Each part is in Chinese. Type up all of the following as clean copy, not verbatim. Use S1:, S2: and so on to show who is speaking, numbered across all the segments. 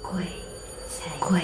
S1: 鬼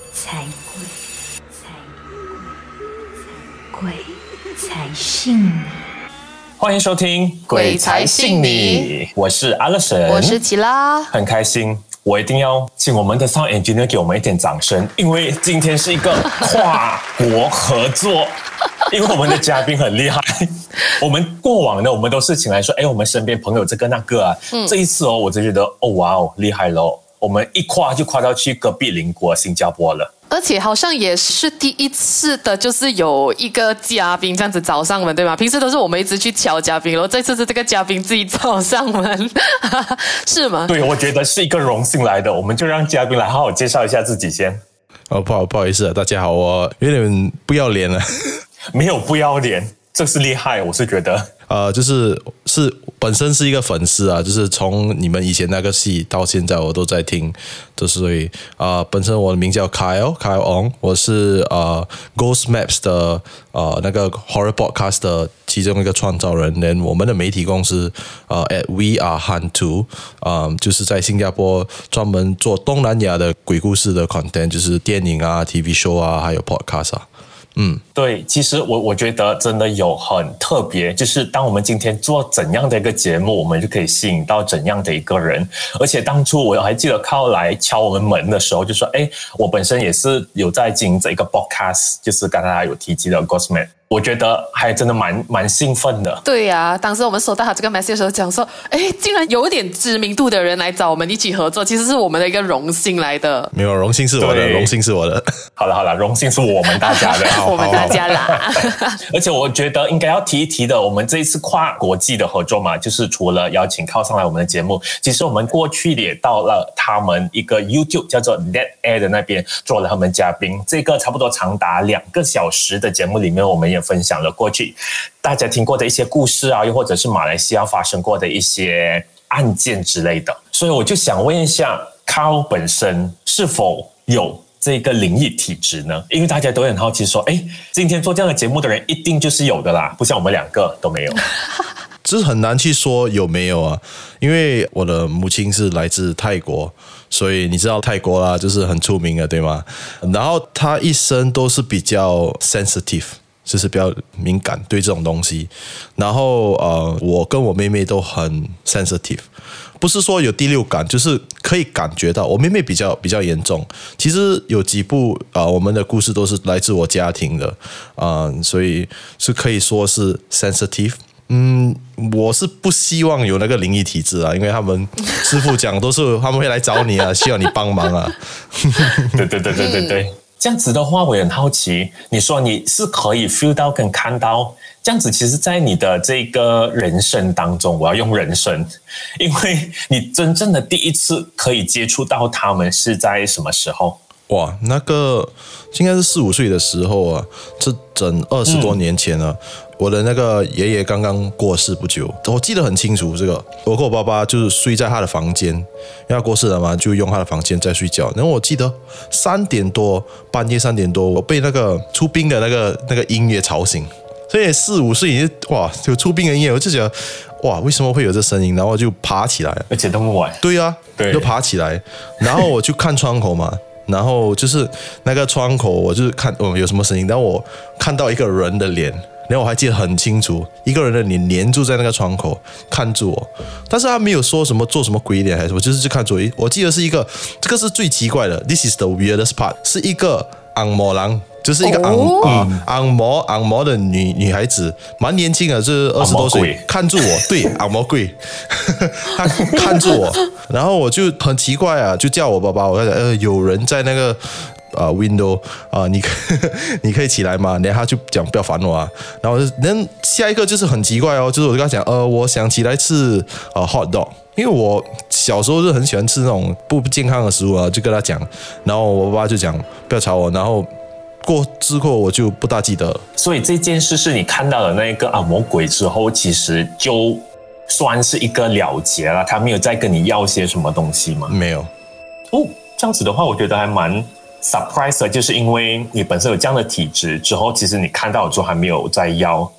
S1: 才信你。
S2: 欢迎收听《鬼才信你》，我是阿乐神，
S3: 我是吉拉，
S2: 很开心。我一定要请我们的 Sound Engineer 给我们一点掌声，因为今天是一个跨国合作。因为我们的嘉宾很厉害，我们过往呢，我们都是请来说，我们身边朋友这个那个啊，这一次我就觉得哇哦，厉害咯，我们一跨就跨到去隔壁邻国新加坡了。
S3: 而且好像也是第一次的，就是有一个嘉宾这样子找上门，对吗？平时都是我们一直去敲嘉宾，然后这次是这个嘉宾自己找上门，是吗？
S2: 对，我觉得是一个荣幸来的，我们就让嘉宾来好好介绍一下自己先。
S4: 不好意思啊，大家好，我有点不要脸了。
S2: 没有不要脸，这是厉害，我是觉得。
S4: 就是本身是一个粉丝啊，就是从你们以前那个戏到现在我都在听，所以本身我的名叫 Kyle Ong， 我是Ghost Maps 的那个 Horror Podcast 的其中一个创造人，连我们的媒体公司at We Are Hantu， 就是在新加坡专门做东南亚的鬼故事的 content， 就是电影啊、TV show 啊，还有 podcast 啊。
S2: 对，其实我觉得真的有很特别，就是当我们今天做怎样的一个节目，我们就可以吸引到怎样的一个人。而且当初我还记得靠来敲我们门的时候，就说我本身也是有在经营这一个 podcast， 就是刚才有提及的 Ghost Map， 我觉得还真的蛮兴奋的。
S3: 对呀，当时我们收到他这个 message 的时候讲说，竟然有一点知名度的人来找我们一起合作，其实是我们的一个荣幸来的。
S4: 没有，荣幸是我的，荣幸是我的。
S2: 好了，荣幸是我们大家的。
S3: 我们大家啦。
S2: 而且我觉得应该要提一提的，我们这一次跨国际的合作嘛，就是除了邀请靠上来我们的节目，其实我们过去也到了他们一个 YouTube 叫做 Dead Air 的那边做了他们嘉宾，这个差不多长达2个小时的节目里面，我们也分享了过去大家听过的一些故事啊，又或者是马来西亚发生过的一些案件之类的。所以我就想问一下Carl本身是否有这个灵异体质呢？因为大家都很好奇说，今天做这样的节目的人一定就是有的啦，不像我们2个都没有。
S4: 这很难去说有没有啊，因为我的母亲是来自泰国，所以你知道泰国啦，就是很出名的，对吗？然后她一生都是比较 sensitive， 就是比较敏感对这种东西。然后我跟我妹妹都很 sensitive。不是说有第六感，就是可以感觉到。我妹妹比较严重，其实有几部我们的故事都是来自我家庭的，所以是可以说是 sensitive。我是不希望有那个灵异体质啊，因为他们师父讲都是他们会来找你啊，需要你帮忙啊。
S2: 对。这样子的话，我也很好奇，你说你是可以 feel 到跟看到，这样子其实在你的这个人生当中，我要用人生，因为你真正的第一次可以接触到他们是在什么时候？
S4: 哇，那个应该是4、5岁的时候啊，这整20多年前了。我的那个爷爷刚刚过世不久，我记得很清楚。这个我跟我爸爸就是睡在他的房间，因为他过世了嘛，就用他的房间在睡觉。然后我记得半夜3点多，我被那个出殡的那个音乐吵醒。所以4、5岁哇，有出殡的音乐，我就觉得哇，为什么会有这声音？然后我就爬起来，
S2: 而且这么晚。
S4: 对啊，就爬起来，然后我就看窗口嘛。然后就是那个窗口，我就是看有什么声音，然后我看到一个人的脸，然后我还记得很清楚，一个人的脸黏住在那个窗口看住我，但是他没有说什么做什么鬼脸还是什么，就是看住我记得是一个，这个是最奇怪的 ，This is the weirdest part， 是一个昂摩郎。就是一个昂摩的女孩子，蛮年轻的，就是20多岁，看住我，对，昂摩鬼，她看住我，然后我就很奇怪啊，就叫我爸爸，我讲有人在那个window 你可以起来吗？然后他就讲不要烦我啊，然后下一个就是很奇怪哦，就是我就跟他讲我想起来吃hot dog。因为我小时候就很喜欢吃那种不健康的食物啊，就跟他讲，然后我爸爸就讲不要吵我，然后之后我就不大记得了。
S2: 所以这件事是你看到了那个魔鬼之后，其实就算是一个了结了，他没有再跟你要些什么东西吗？
S4: 没有。
S2: 这样子的话，我觉得还蛮 surprise 的，就是因为你本身有这样的体质之后，其实你看到了之后还没有再要。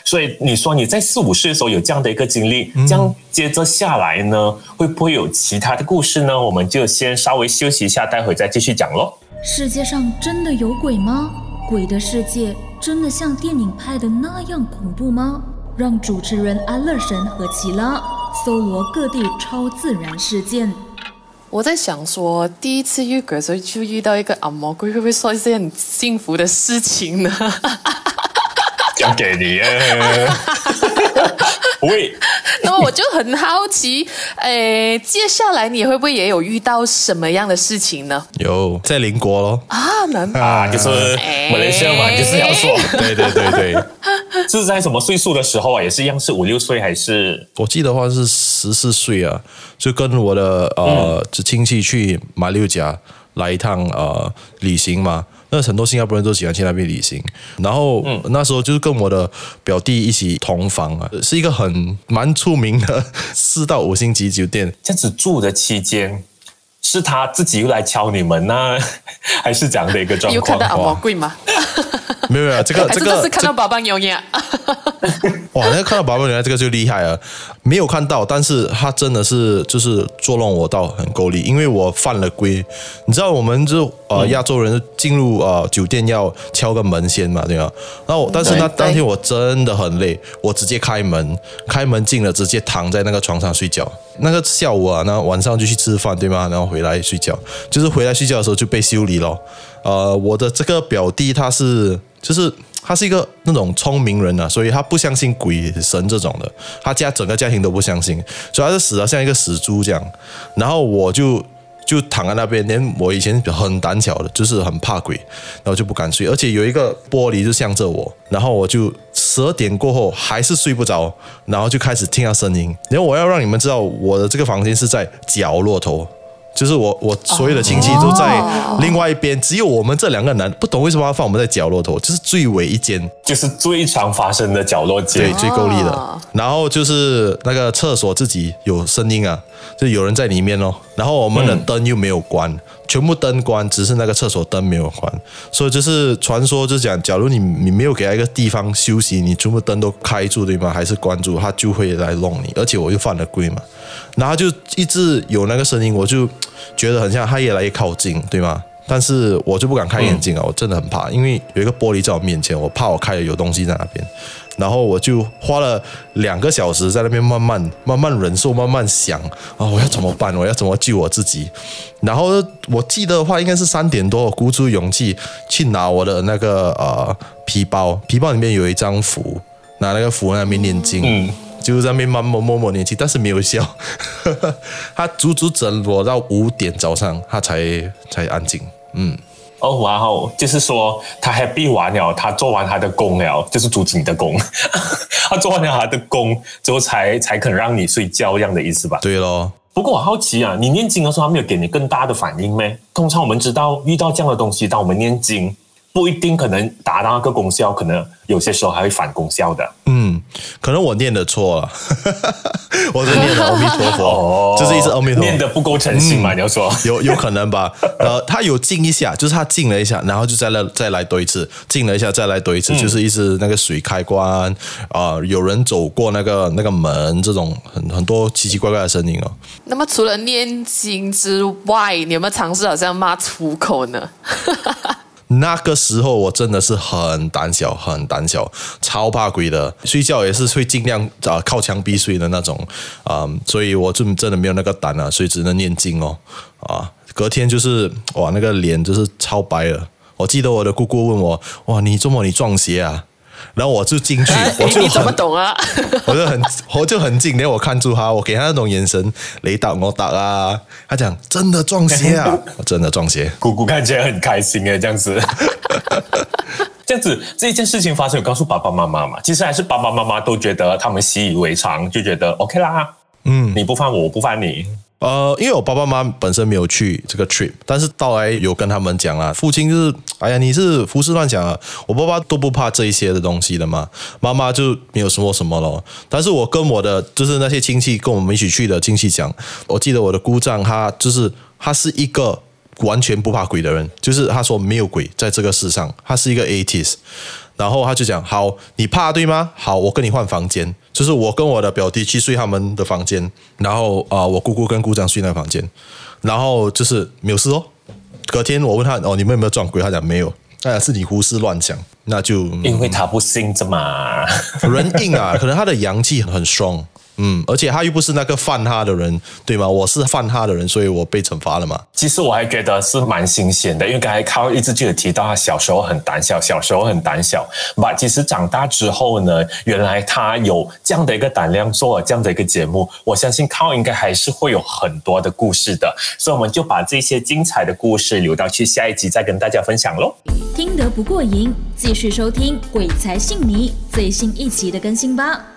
S2: 所以你说你在4、5岁的时候有这样的一个经历，这样接着下来呢，会不会有其他的故事呢？我们就先稍微休息一下，待会再继续讲咯。
S1: 世界上真的有鬼吗？鬼的世界真的像电影拍的那样恐怖吗？让主持人安乐神和奇拉搜罗各地超自然事件。
S3: 我在想说，第一次遇鬼的时候就遇到一个暗魔鬼，会不会说一些很幸福的事情呢？
S2: 讲给你耶。喂，
S3: 那么我就很好奇，接下来你会不会也有遇到什么样的事情呢？
S4: 有在邻国咯。
S3: 难道
S2: 啊，就是马来西亚嘛，就是要说，
S4: 对，
S2: 是在什么岁数的时候啊？也是一样是5、6岁还是？
S4: 我记得的话是14岁啊，就跟我的亲戚去马六甲来一趟旅行嘛。那很多新加坡人都喜欢去那边旅行，然后那时候就是跟我的表弟一起同房啊，是一个蛮出名的4到5星级酒店。
S2: 这样子住的期间，是他自己又来敲你们呢，还是这样的一个状况？
S3: 有看到暗魔鬼吗？
S4: 没有，这个
S3: 是看到爸爸牛呀。
S4: 哇，那个看到爸爸牛呀这个就厉害了，没有看到，但是他真的是就是捉弄我到很够力，因为我犯了规。你知道我们就亚洲人进入酒店要敲个门先嘛，对吧？然后但是当天我真的很累，我直接开门进了，直接躺在那个床上睡觉。那个下午啊，那晚上就去吃饭，对吗？然后回来睡觉，就是回来睡觉的时候就被修理了。我的这个表弟他是一个那种聪明人啊，所以他不相信鬼神这种的，他整个家庭都不相信，所以他是死得像一个死猪这样。然后我就躺在那边，连我以前很胆小的，就是很怕鬼，然后就不敢睡，而且有一个玻璃就向着我，然后我就12点过后还是睡不着，然后就开始听到声音。然后我要让你们知道，我的这个房间是在角落头。就是我所有的亲戚都在另外一边，只有我们这2个男，不懂为什么要放我们在角落头，就是最尾一间，
S2: 就是最常发生的角落间，
S4: 对，最够力的。然后就是那个厕所自己有声音啊，就有人在里面哦。然后我们的灯又没有关，全部灯关，只是那个厕所灯没有关。所以就是传说就是讲，假如你没有给他一个地方休息，你全部灯都开住对吗？还是关住，他就会来弄你。而且我又犯了规嘛，然后就一直有那个声音，我就觉得很像他越来越靠近，对吗？但是我就不敢开眼睛啊，我真的很怕，因为有一个玻璃在我面前，我怕我开了有东西在那边。然后我就花了2个小时在那边慢慢忍受，慢慢想我要怎么办，我要怎么救我自己。然后我记得的话应该是3点多，我鼓足勇气去拿我的那个皮包里面有一张符，拿那个符在那边念经。就是在那边默默念经，但是没有效。他足整我到5点早上，他才安静。
S2: 哇哦，就是说他 happy 完了，他做完他的工了，就是阻止你的工。他做完了他的工之后才肯让你睡觉，这样的意思吧？
S4: 对咯。
S2: 不过我好奇啊，你念经的时候，他没有给你更大的反应咩？通常我们知道遇到这样的东西，当我们念经，不一定可能达到那个功效，可能有些时候还会反功效的。
S4: 可能我念的错了，我在念的阿弥陀佛，就是一直阿弥陀佛，
S2: 念的不够诚信嘛？你要说
S4: 有可能吧？他有静一下，就是他静了一下，然后就再来多一次，静了一下再来多一次，就是一直那个水开关有人走过那个门，这种很多奇奇怪怪的声音哦。
S3: 那么除了念经之外，你有没有尝试好像骂出口呢？
S4: 那个时候我真的是很胆小，超怕鬼的，睡觉也是会尽量靠墙壁睡的那种所以我就真的没有那个胆啊，所以只能念经哦隔天就是哇，那个脸就是超白了。我记得我的姑姑问我，哇，你撞邪啊？然后我就进去，
S3: 你怎么懂啊？
S4: 我就很近，连我看住他，我给他那种眼神，你答我答啊。他讲真的撞邪啊，我真的撞邪。
S2: 姑姑看起来很开心耶，这样子。这样子，这一件事情发生，有告诉爸爸妈妈嘛？其实还是爸爸妈妈都觉得他们习以为常，就觉得 OK 啦。你不犯我，我不犯你。
S4: 因为我爸爸妈妈本身没有去这个 trip， 但是到来有跟他们讲啦，父亲就是哎呀你是胡思乱想啊，我爸爸都不怕这一些的东西的嘛，妈妈就没有说什么咯。但是我跟我的就是那些亲戚跟我们一起去的亲戚讲，我记得我的姑丈他是一个完全不怕鬼的人，就是他说没有鬼在这个世上，他是一个 atheist。然后他就讲，好，你怕对吗？好，我跟你换房间，就是我跟我的表弟去睡他们的房间，然后我姑姑跟姑丈睡那个房间，然后就是没有事哦。隔天我问他，你们有没有撞鬼？他讲没有，是你胡思乱想。那就
S2: 因为他不信着嘛，
S4: 人硬啊，可能他的阳气很strong。而且他又不是那个犯他的人，对吗？我是犯他的人，所以我被惩罚了嘛。
S2: 其实我还觉得是蛮新鲜的，因为刚才Carl一直就有提到他小时候很胆小，but 其实长大之后呢，原来他有这样的一个胆量做这样的一个节目，我相信Carl应该还是会有很多的故事的，所以我们就把这些精彩的故事留到去下一集再跟大家分享咯。
S1: 听得不过瘾，继续收听《鬼才信你》最新一期的更新吧。